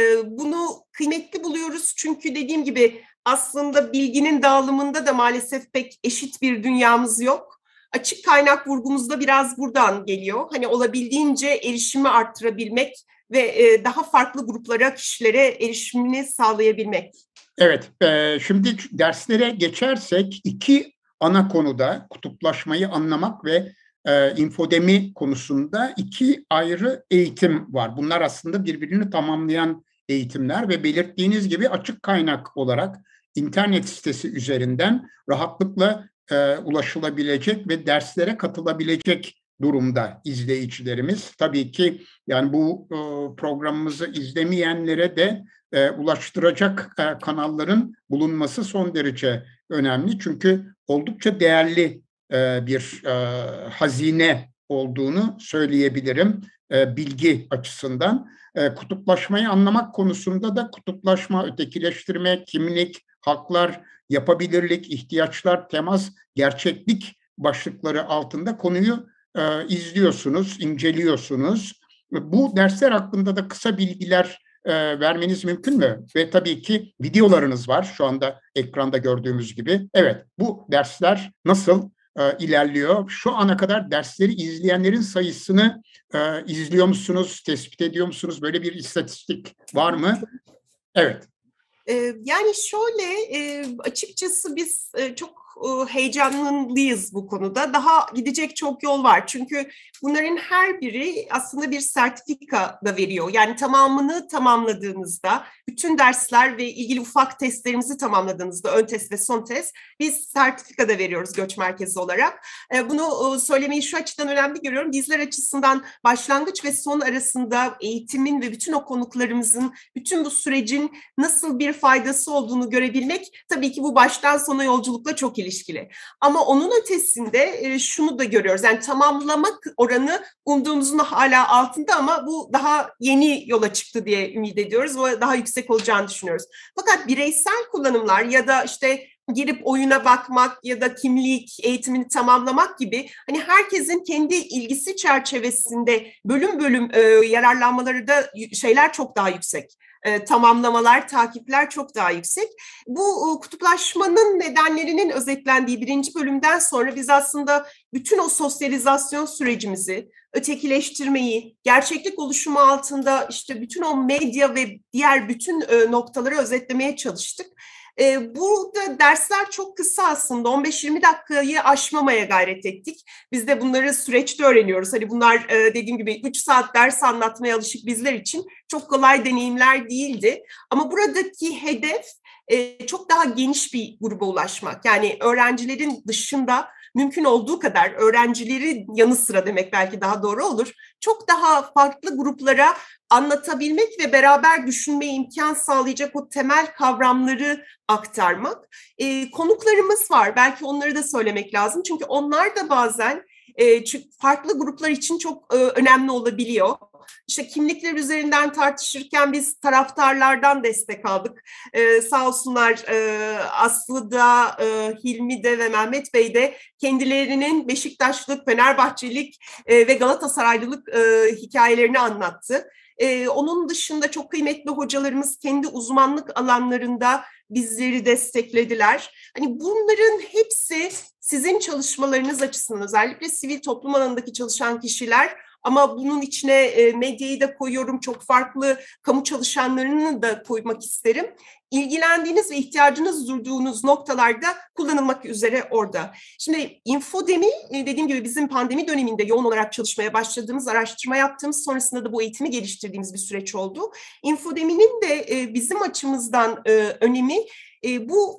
Bunu kıymetli buluyoruz çünkü dediğim gibi aslında bilginin dağılımında da maalesef pek eşit bir dünyamız yok. Açık kaynak vurgumuz da biraz buradan geliyor. Hani olabildiğince erişimi arttırabilmek ve daha farklı gruplara, kişilere erişimini sağlayabilmek. Evet, şimdi derslere geçersek iki ana konuda kutuplaşmayı anlamak ve infodemi konusunda iki ayrı eğitim var. Bunlar aslında birbirini tamamlayan eğitimler ve belirttiğiniz gibi açık kaynak olarak internet sitesi üzerinden rahatlıkla ulaşılabilecek ve derslere katılabilecek durumda izleyicilerimiz. Tabii ki yani bu programımızı izlemeyenlere de ulaştıracak kanalların bulunması son derece önemli. Çünkü oldukça değerli bir hazine olduğunu söyleyebilirim bilgi açısından. Kutuplaşmayı anlamak konusunda da kutuplaşma, ötekileştirme, kimlik, haklar, yapabilirlik, ihtiyaçlar, temas, gerçeklik başlıkları altında konuyu izliyorsunuz, inceliyorsunuz. Bu dersler hakkında da kısa bilgiler vermeniz mümkün mü? Ve tabii ki videolarınız var şu anda ekranda gördüğümüz gibi. Evet, bu dersler nasıl ilerliyor? Şu ana kadar dersleri izleyenlerin sayısını izliyor musunuz, tespit ediyor musunuz? Böyle bir istatistik var mı? Evet. Yani şöyle, açıkçası biz çok heyecanlıyız bu konuda. Daha gidecek çok yol var. Çünkü bunların her biri aslında bir sertifika da veriyor. Yani tamamını tamamladığınızda, bütün dersler ve ilgili ufak testlerimizi tamamladığınızda, ön test ve son test, biz sertifika da veriyoruz Göç Merkezi olarak. Bunu söylemeyi şu açıdan önemli görüyorum. Bizler açısından başlangıç ve son arasında eğitimin ve bütün o konuklarımızın, bütün bu sürecin nasıl bir faydası olduğunu görebilmek tabii ki bu baştan sona yolculukla çok ilişkili. Ama onun ötesinde şunu da görüyoruz. Yani tamamlamak oranı umduğumuzun hala altında ama bu daha yeni yola çıktı diye ümit ediyoruz ve daha yüksek olacağını düşünüyoruz. Fakat bireysel kullanımlar ya da işte girip oyuna bakmak ya da kimlik eğitimini tamamlamak gibi hani herkesin kendi ilgisi çerçevesinde bölüm bölüm yararlanmaları da şeyler çok daha yüksek. Tamamlamalar, takipler çok daha yüksek. Bu kutuplaşmanın nedenlerinin özetlendiği birinci bölümden sonra biz aslında bütün o sosyalizasyon sürecimizi, ötekileştirmeyi, gerçeklik oluşumu altında işte bütün o medya ve diğer bütün noktaları özetlemeye çalıştık. Burada dersler çok kısa aslında 15-20 dakikayı aşmamaya gayret ettik. Biz de bunları süreçte öğreniyoruz. Hani bunlar dediğim gibi 3 saat ders anlatmaya alışık bizler için çok kolay deneyimler değildi. Ama buradaki hedef çok daha geniş bir gruba ulaşmak. Yani öğrencilerin dışında mümkün olduğu kadar öğrencileri yanı sıra demek belki daha doğru olur. Çok daha farklı gruplara anlatabilmek ve beraber düşünmeye imkan sağlayacak o temel kavramları aktarmak. Konuklarımız var. Belki onları da söylemek lazım. Çünkü onlar da bazen farklı gruplar için çok önemli olabiliyor. İşte kimlikler üzerinden tartışırken biz taraftarlardan destek aldık. Sağ olsunlar Aslı da, Hilmi de ve Mehmet Bey de kendilerinin Beşiktaşlılık, Fenerbahçelik ve Galatasaraylılık hikayelerini anlattı. Onun dışında çok kıymetli hocalarımız kendi uzmanlık alanlarında bizleri desteklediler. Hani bunların hepsi sizin çalışmalarınız açısından özellikle sivil toplum alanındaki çalışan kişiler ama bunun içine medyayı da koyuyorum, çok farklı kamu çalışanlarını da koymak isterim. İlgilendiğiniz ve ihtiyacınız duyduğunuz noktalarda kullanılmak üzere orada. Şimdi infodemi dediğim gibi bizim pandemi döneminde yoğun olarak çalışmaya başladığımız, araştırma yaptığımız, sonrasında da bu eğitimi geliştirdiğimiz bir süreç oldu. Infodeminin de bizim açımızdan önemi bu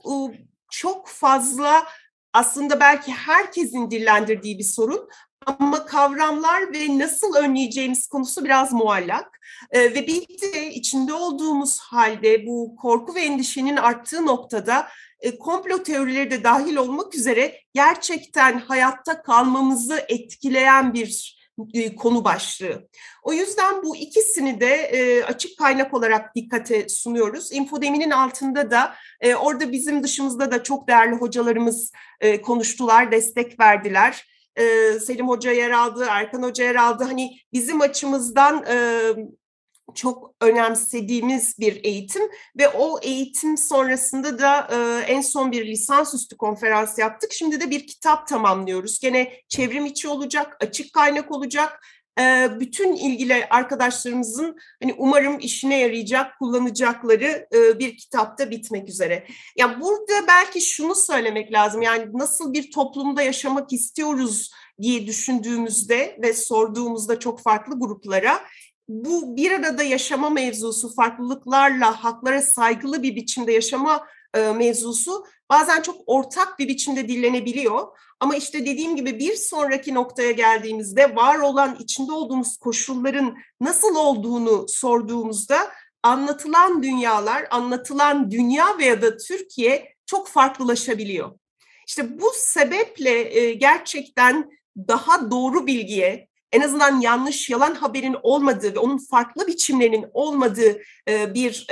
çok fazla aslında belki herkesin dillendirdiği bir sorun. Ama kavramlar ve nasıl önleyeceğimiz konusu biraz muallak. Ve bir de içinde olduğumuz halde bu korku ve endişenin arttığı noktada komplo teorileri de dahil olmak üzere gerçekten hayatta kalmamızı etkileyen bir konu başlığı. O yüzden bu ikisini de açık kaynak olarak dikkate sunuyoruz. Infodemi'nin altında da orada bizim dışımızda da çok değerli hocalarımız konuştular, destek verdiler. Selim Hoca yer aldı, Erkan Hoca yer aldı. Hani bizim açımızdan çok önemsediğimiz bir eğitim ve o eğitim sonrasında da en son bir lisansüstü konferans yaptık. Şimdi de bir kitap tamamlıyoruz. Gene çevrim içi olacak, açık kaynak olacak. Bütün ilgili arkadaşlarımızın hani umarım işine yarayacak, kullanacakları bir kitapta bitmek üzere. Yani burada belki şunu söylemek lazım. Yani nasıl bir toplumda yaşamak istiyoruz diye düşündüğümüzde ve sorduğumuzda çok farklı gruplara bu bir arada yaşama mevzusu, farklılıklarla haklara saygılı bir biçimde yaşama mevzusu bazen çok ortak bir biçimde dillenebiliyor. Ama işte dediğim gibi bir sonraki noktaya geldiğimizde var olan içinde olduğumuz koşulların nasıl olduğunu sorduğumuzda anlatılan dünyalar, anlatılan dünya veya da Türkiye çok farklılaşabiliyor. İşte bu sebeple gerçekten daha doğru bilgiye, en azından yanlış, yalan haberin olmadığı ve onun farklı biçimlerinin olmadığı bir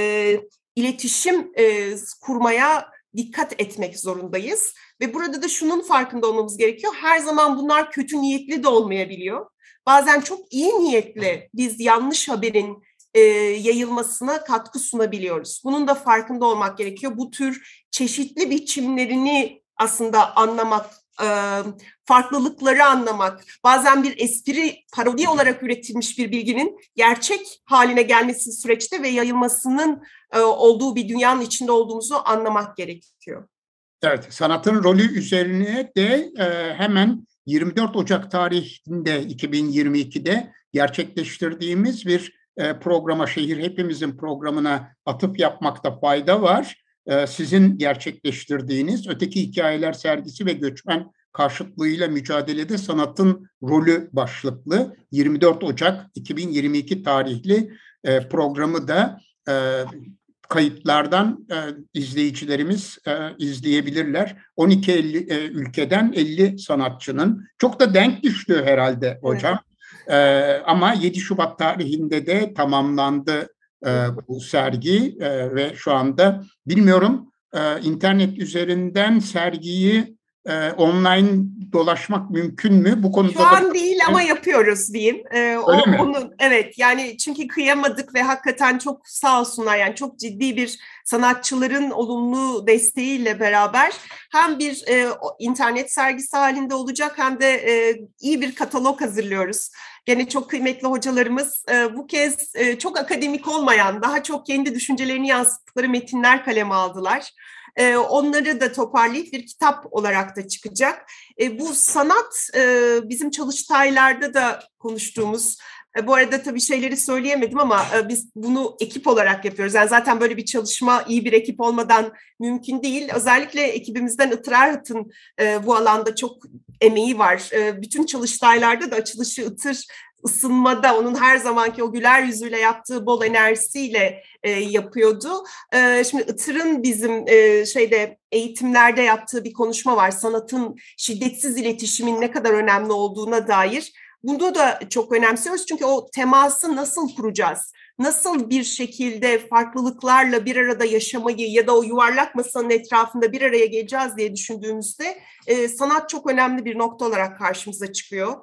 iletişim kurmaya dikkat etmek zorundayız. Ve burada da şunun farkında olmamız gerekiyor. Her zaman bunlar kötü niyetli de olmayabiliyor. Bazen çok iyi niyetle biz yanlış haberin yayılmasına katkı sunabiliyoruz. Bunun da farkında olmak gerekiyor. Bu tür çeşitli biçimlerini aslında anlamak, farklılıkları anlamak, bazen bir espri, parodi olarak üretilmiş bir bilginin gerçek haline gelmesi süreçte ve yayılmasının olduğu bir dünyanın içinde olduğumuzu anlamak gerekiyor. Evet, sanatın rolü üzerine de hemen 24 Ocak tarihinde 2022'de gerçekleştirdiğimiz bir programa, Şehir Hepimizin programına atıf yapmakta fayda var. Sizin gerçekleştirdiğiniz Öteki Hikayeler sergisi ve göçmen karşıtlığıyla mücadelede sanatın rolü başlıklı 24 Ocak 2022 tarihli programı da kayıtlardan izleyicilerimiz izleyebilirler. 12 ülkeden 50 sanatçının, çok da denk düştü herhalde hocam. Evet. Ama 7 Şubat tarihinde de tamamlandı bu sergi ve şu anda bilmiyorum, internet üzerinden sergiyi online dolaşmak mümkün mü? Bu konuda şu an değil ama yapıyoruz diyeyim. Öyle mi? Evet, yani çünkü kıyamadık ve hakikaten çok sağ olsunlar, yani çok ciddi bir sanatçıların olumlu desteğiyle beraber hem bir internet sergisi halinde olacak hem de iyi bir katalog hazırlıyoruz. Gene çok kıymetli hocalarımız bu kez çok akademik olmayan, daha çok kendi düşüncelerini yansıttıkları metinler kaleme aldılar. Onları da toparlayıp bir kitap olarak da çıkacak. Bu sanat bizim çalıştaylarda da konuştuğumuz, bu arada tabii şeyleri söyleyemedim ama biz bunu ekip olarak yapıyoruz. Yani zaten böyle bir çalışma iyi bir ekip olmadan mümkün değil. Özellikle ekibimizden Itır Erhat'ın bu alanda çok emeği var. Bütün çalıştaylarda da açılışı Itır ısınmada onun her zamanki o güler yüzüyle yaptığı bol enerjisiyle yapıyordu. Şimdi Itır'ın bizim eğitimlerde yaptığı bir konuşma var. Sanatın şiddetsiz iletişimin ne kadar önemli olduğuna dair. Bunu da çok önemsiyoruz çünkü o teması nasıl kuracağız? Nasıl bir şekilde farklılıklarla bir arada yaşamayı ya da o yuvarlak masanın etrafında bir araya geleceğiz diye düşündüğümüzde sanat çok önemli bir nokta olarak karşımıza çıkıyor.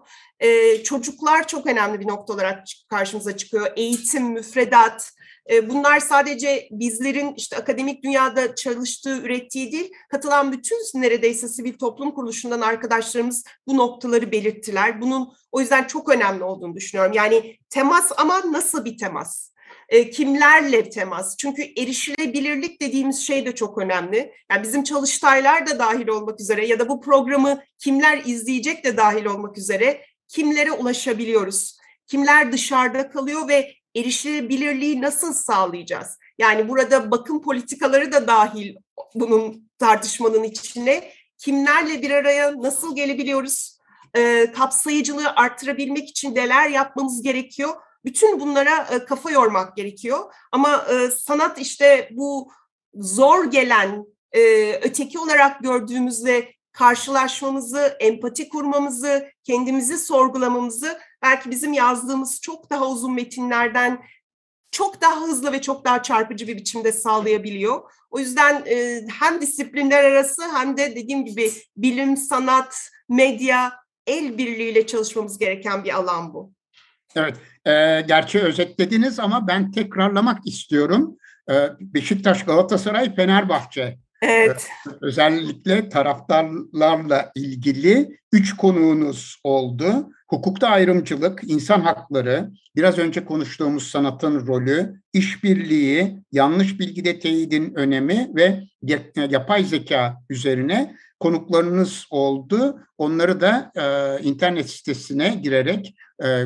Çocuklar çok önemli bir nokta olarak karşımıza çıkıyor. Eğitim, müfredat, bunlar sadece bizlerin işte akademik dünyada çalıştığı, ürettiği değil, katılan bütün neredeyse sivil toplum kuruluşundan arkadaşlarımız bu noktaları belirttiler. Bunun o yüzden çok önemli olduğunu düşünüyorum. Yani temas, ama nasıl bir temas? Kimlerle temas? Çünkü erişilebilirlik dediğimiz şey de çok önemli. Yani bizim çalıştaylar da dahil olmak üzere ya da bu programı kimler izleyecek de dahil olmak üzere kimlere ulaşabiliyoruz? Kimler dışarıda kalıyor ve erişilebilirliği nasıl sağlayacağız? Yani burada bakım politikaları da dahil bunun tartışmanın içine. Kimlerle bir araya nasıl gelebiliyoruz? Kapsayıcılığı arttırabilmek için neler yapmamız gerekiyor? Bütün bunlara kafa yormak gerekiyor. Ama sanat işte bu zor gelen, öteki olarak gördüğümüzde karşılaşmamızı, empati kurmamızı, kendimizi sorgulamamızı belki bizim yazdığımız çok daha uzun metinlerden çok daha hızlı ve çok daha çarpıcı bir biçimde sağlayabiliyor. O yüzden hem disiplinler arası hem de dediğim gibi bilim, sanat, medya el birliğiyle çalışmamız gereken bir alan bu. Evet, gerçi özetlediniz ama ben tekrarlamak istiyorum. Beşiktaş, Galatasaray, Fenerbahçe. Evet. Özellikle taraftarlarla ilgili 3 konuğunuz oldu. Hukukta ayrımcılık, insan hakları, biraz önce konuştuğumuz sanatın rolü, işbirliği, yanlış bilgide teyidin önemi ve yapay zeka üzerine konuklarınız oldu. Onları da internet sitesine girerek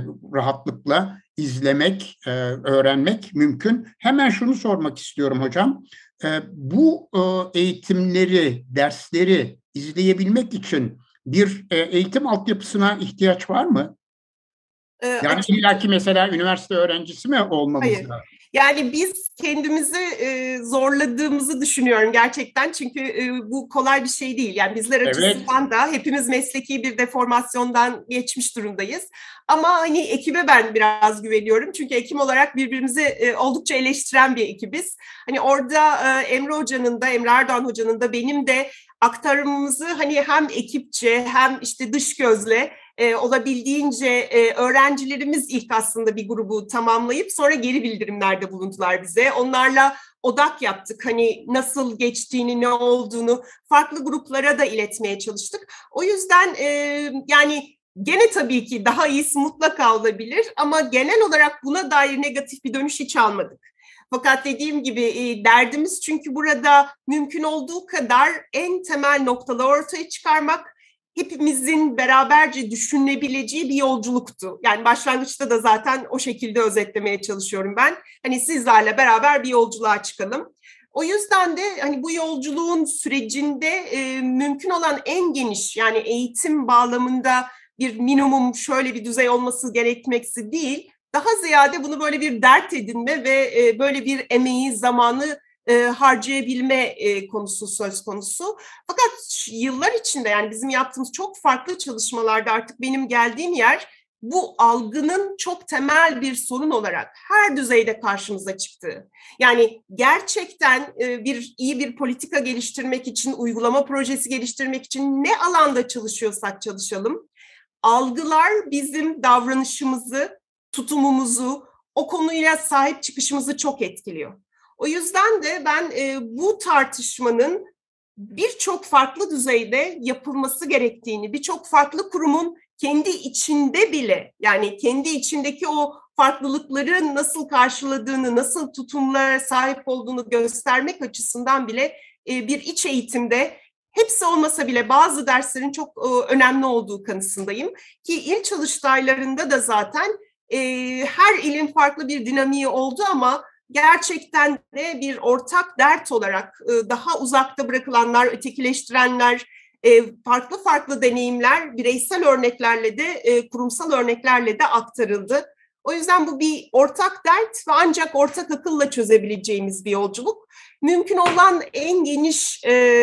rahatlıkla izlemek, öğrenmek mümkün. Hemen şunu sormak istiyorum hocam. Bu eğitimleri, dersleri izleyebilmek için bir eğitim altyapısına ihtiyaç var mı? Yani illaki mesela üniversite öğrencisi mi olmamız Hayır. lazım? Yani biz kendimizi zorladığımızı düşünüyorum gerçekten. Çünkü bu kolay bir şey değil. Yani bizler açısından da hepimiz mesleki bir deformasyondan geçmiş durumdayız. Ama hani ekibe ben biraz güveniyorum. Çünkü ekim olarak birbirimizi oldukça eleştiren bir ekibiz. Hani orada Emre Hoca'nın da, Emre Erdoğan Hoca'nın da benim de aktarımımızı hani hem ekipçe hem işte dış gözle olabildiğince öğrencilerimiz ilk aslında bir grubu tamamlayıp sonra geri bildirimlerde bulundular bize. Onlarla odak yaptık. Hani nasıl geçtiğini, ne olduğunu farklı gruplara da iletmeye çalıştık. O yüzden yani gene tabii ki daha iyisi mutlaka olabilir ama genel olarak buna dair negatif bir dönüş hiç almadık. Fakat dediğim gibi derdimiz çünkü burada mümkün olduğu kadar en temel noktaları ortaya çıkarmak, hepimizin beraberce düşünebileceği bir yolculuktu. Yani başlangıçta da zaten o şekilde özetlemeye çalışıyorum ben. Hani sizlerle beraber bir yolculuğa çıkalım. O yüzden de hani bu yolculuğun sürecinde mümkün olan en geniş, yani eğitim bağlamında bir minimum şöyle bir düzey olması gerekmeksi değil, daha ziyade bunu böyle bir dert edinme ve böyle bir emeği, zamanı harcayabilme konusu söz konusu. Fakat yıllar içinde yani bizim yaptığımız çok farklı çalışmalarda artık benim geldiğim yer bu algının çok temel bir sorun olarak her düzeyde karşımıza çıktığı. Yani gerçekten iyi bir politika geliştirmek için, uygulama projesi geliştirmek için ne alanda çalışıyorsak çalışalım, algılar bizim davranışımızı, tutumumuzu, o konuyla sahip çıkışımızı çok etkiliyor. O yüzden de ben bu tartışmanın birçok farklı düzeyde yapılması gerektiğini, birçok farklı kurumun kendi içinde bile, yani kendi içindeki o farklılıkları nasıl karşıladığını, nasıl tutumlara sahip olduğunu göstermek açısından bile bir iç eğitimde, hepsi olmasa bile bazı derslerin çok önemli olduğu kanısındayım. Ki il çalıştaylarında da zaten her ilin farklı bir dinamiği oldu ama gerçekten de bir ortak dert olarak daha uzakta bırakılanlar, ötekileştirenler, farklı farklı deneyimler bireysel örneklerle de kurumsal örneklerle de aktarıldı. O yüzden bu bir ortak dert ve ancak ortak akılla çözebileceğimiz bir yolculuk. Mümkün olan en geniş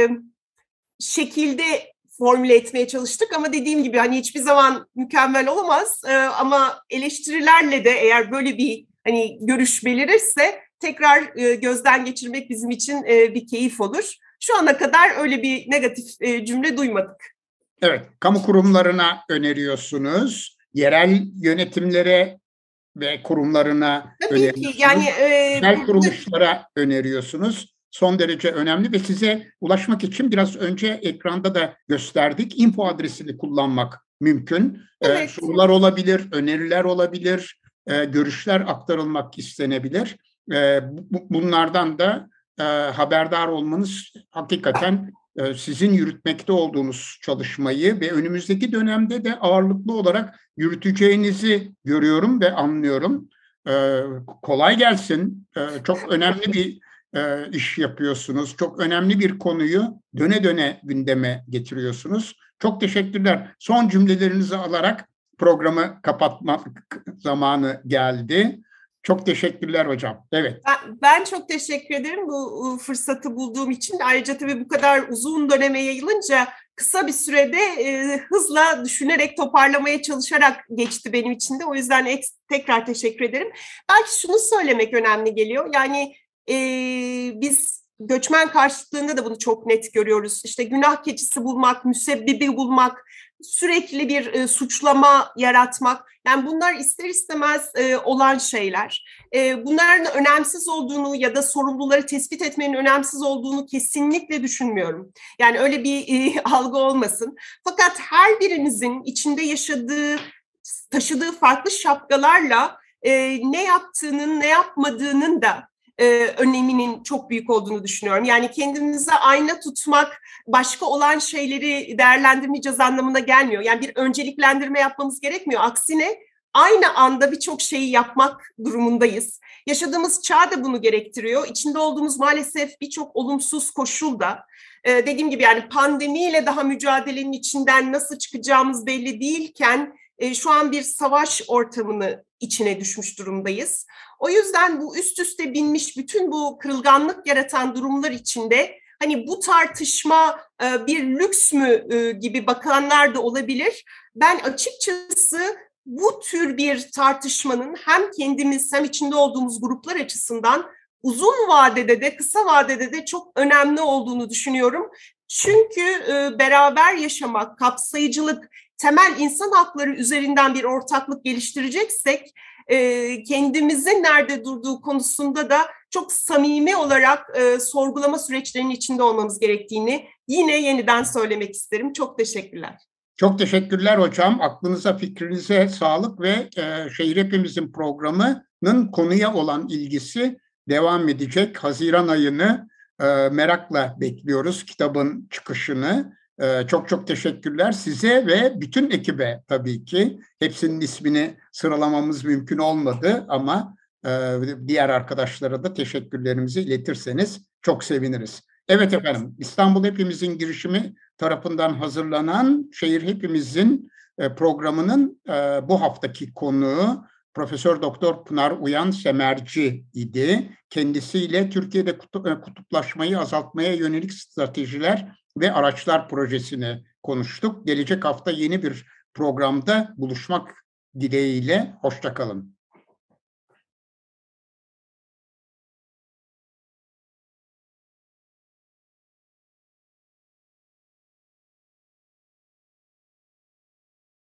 şekilde formüle etmeye çalıştık ama dediğim gibi hani hiçbir zaman mükemmel olamaz ama eleştirilerle de eğer böyle bir hani görüş belirirse tekrar gözden geçirmek bizim için bir keyif olur. Şu ana kadar öyle bir negatif cümle duymadık. Evet, kamu kurumlarına öneriyorsunuz, yerel yönetimlere ve kurumlarına Tabii öneriyorsunuz, ki yani özel kuruluşlara öneriyorsunuz. Son derece önemli ve size ulaşmak için biraz önce ekranda da gösterdik. Info adresini kullanmak mümkün. Evet. Sorular olabilir, öneriler olabilir, görüşler aktarılmak istenebilir. Bunlardan da haberdar olmanız hakikaten sizin yürütmekte olduğunuz çalışmayı ve önümüzdeki dönemde de ağırlıklı olarak yürüteceğinizi görüyorum ve anlıyorum. Kolay gelsin. Çok önemli bir iş yapıyorsunuz. Çok önemli bir konuyu döne döne gündeme getiriyorsunuz. Çok teşekkürler. Son cümlelerinizi alarak programı kapatma zamanı geldi. Çok teşekkürler hocam. Evet. Ben çok teşekkür ederim bu fırsatı bulduğum için. Ayrıca tabii bu kadar uzun döneme yayılınca kısa bir sürede hızla düşünerek, toparlamaya çalışarak geçti benim için de. O yüzden tekrar teşekkür ederim. Belki şunu söylemek önemli geliyor. Yani biz göçmen karşıtlığında da bunu çok net görüyoruz. İşte günah keçisi bulmak, müsebbibi bulmak, sürekli bir suçlama yaratmak. Yani bunlar ister istemez olan şeyler. Bunların önemsiz olduğunu ya da sorumluları tespit etmenin önemsiz olduğunu kesinlikle düşünmüyorum. Yani öyle bir algı olmasın. Fakat her birimizin içinde yaşadığı, taşıdığı farklı şapkalarla ne yaptığının, ne yapmadığının da öneminin çok büyük olduğunu düşünüyorum. Yani kendimize ayna tutmak başka olan şeyleri değerlendirmeyeceğiz anlamına gelmiyor. Yani bir önceliklendirme yapmamız gerekmiyor. Aksine aynı anda birçok şeyi yapmak durumundayız. Yaşadığımız çağ da bunu gerektiriyor. İçinde olduğumuz maalesef birçok olumsuz koşul da. Dediğim gibi yani pandemiyle daha mücadelenin içinden nasıl çıkacağımız belli değilken şu an bir savaş ortamını içine düşmüş durumdayız. O yüzden bu üst üste binmiş bütün bu kırılganlık yaratan durumlar içinde hani bu tartışma bir lüks mü gibi bakanlar da olabilir. Ben açıkçası bu tür bir tartışmanın hem kendimiz hem içinde olduğumuz gruplar açısından uzun vadede de kısa vadede de çok önemli olduğunu düşünüyorum. Çünkü beraber yaşamak, kapsayıcılık, temel insan hakları üzerinden bir ortaklık geliştireceksek kendimizin nerede durduğu konusunda da çok samimi olarak sorgulama süreçlerinin içinde olmamız gerektiğini yine yeniden söylemek isterim. Çok teşekkürler. Çok teşekkürler hocam. Aklınıza, fikrinize sağlık ve Şehir Hepimizin programının konuya olan ilgisi devam edecek. Haziran ayını merakla bekliyoruz, kitabın çıkışını. Çok çok teşekkürler size ve bütün ekibe tabii ki. Hepsinin ismini sıralamamız mümkün olmadı ama diğer arkadaşlara da teşekkürlerimizi iletirseniz çok seviniriz. Evet efendim, İstanbul Hepimizin girişimi tarafından hazırlanan Şehir Hepimizin programının bu haftaki konuğu Profesör Doktor Pınar Uyan Semerci idi. Kendisiyle Türkiye'de kutuplaşmayı azaltmaya yönelik stratejiler ve araçlar projesini konuştuk. Gelecek hafta yeni bir programda buluşmak dileğiyle. Hoşça kalın.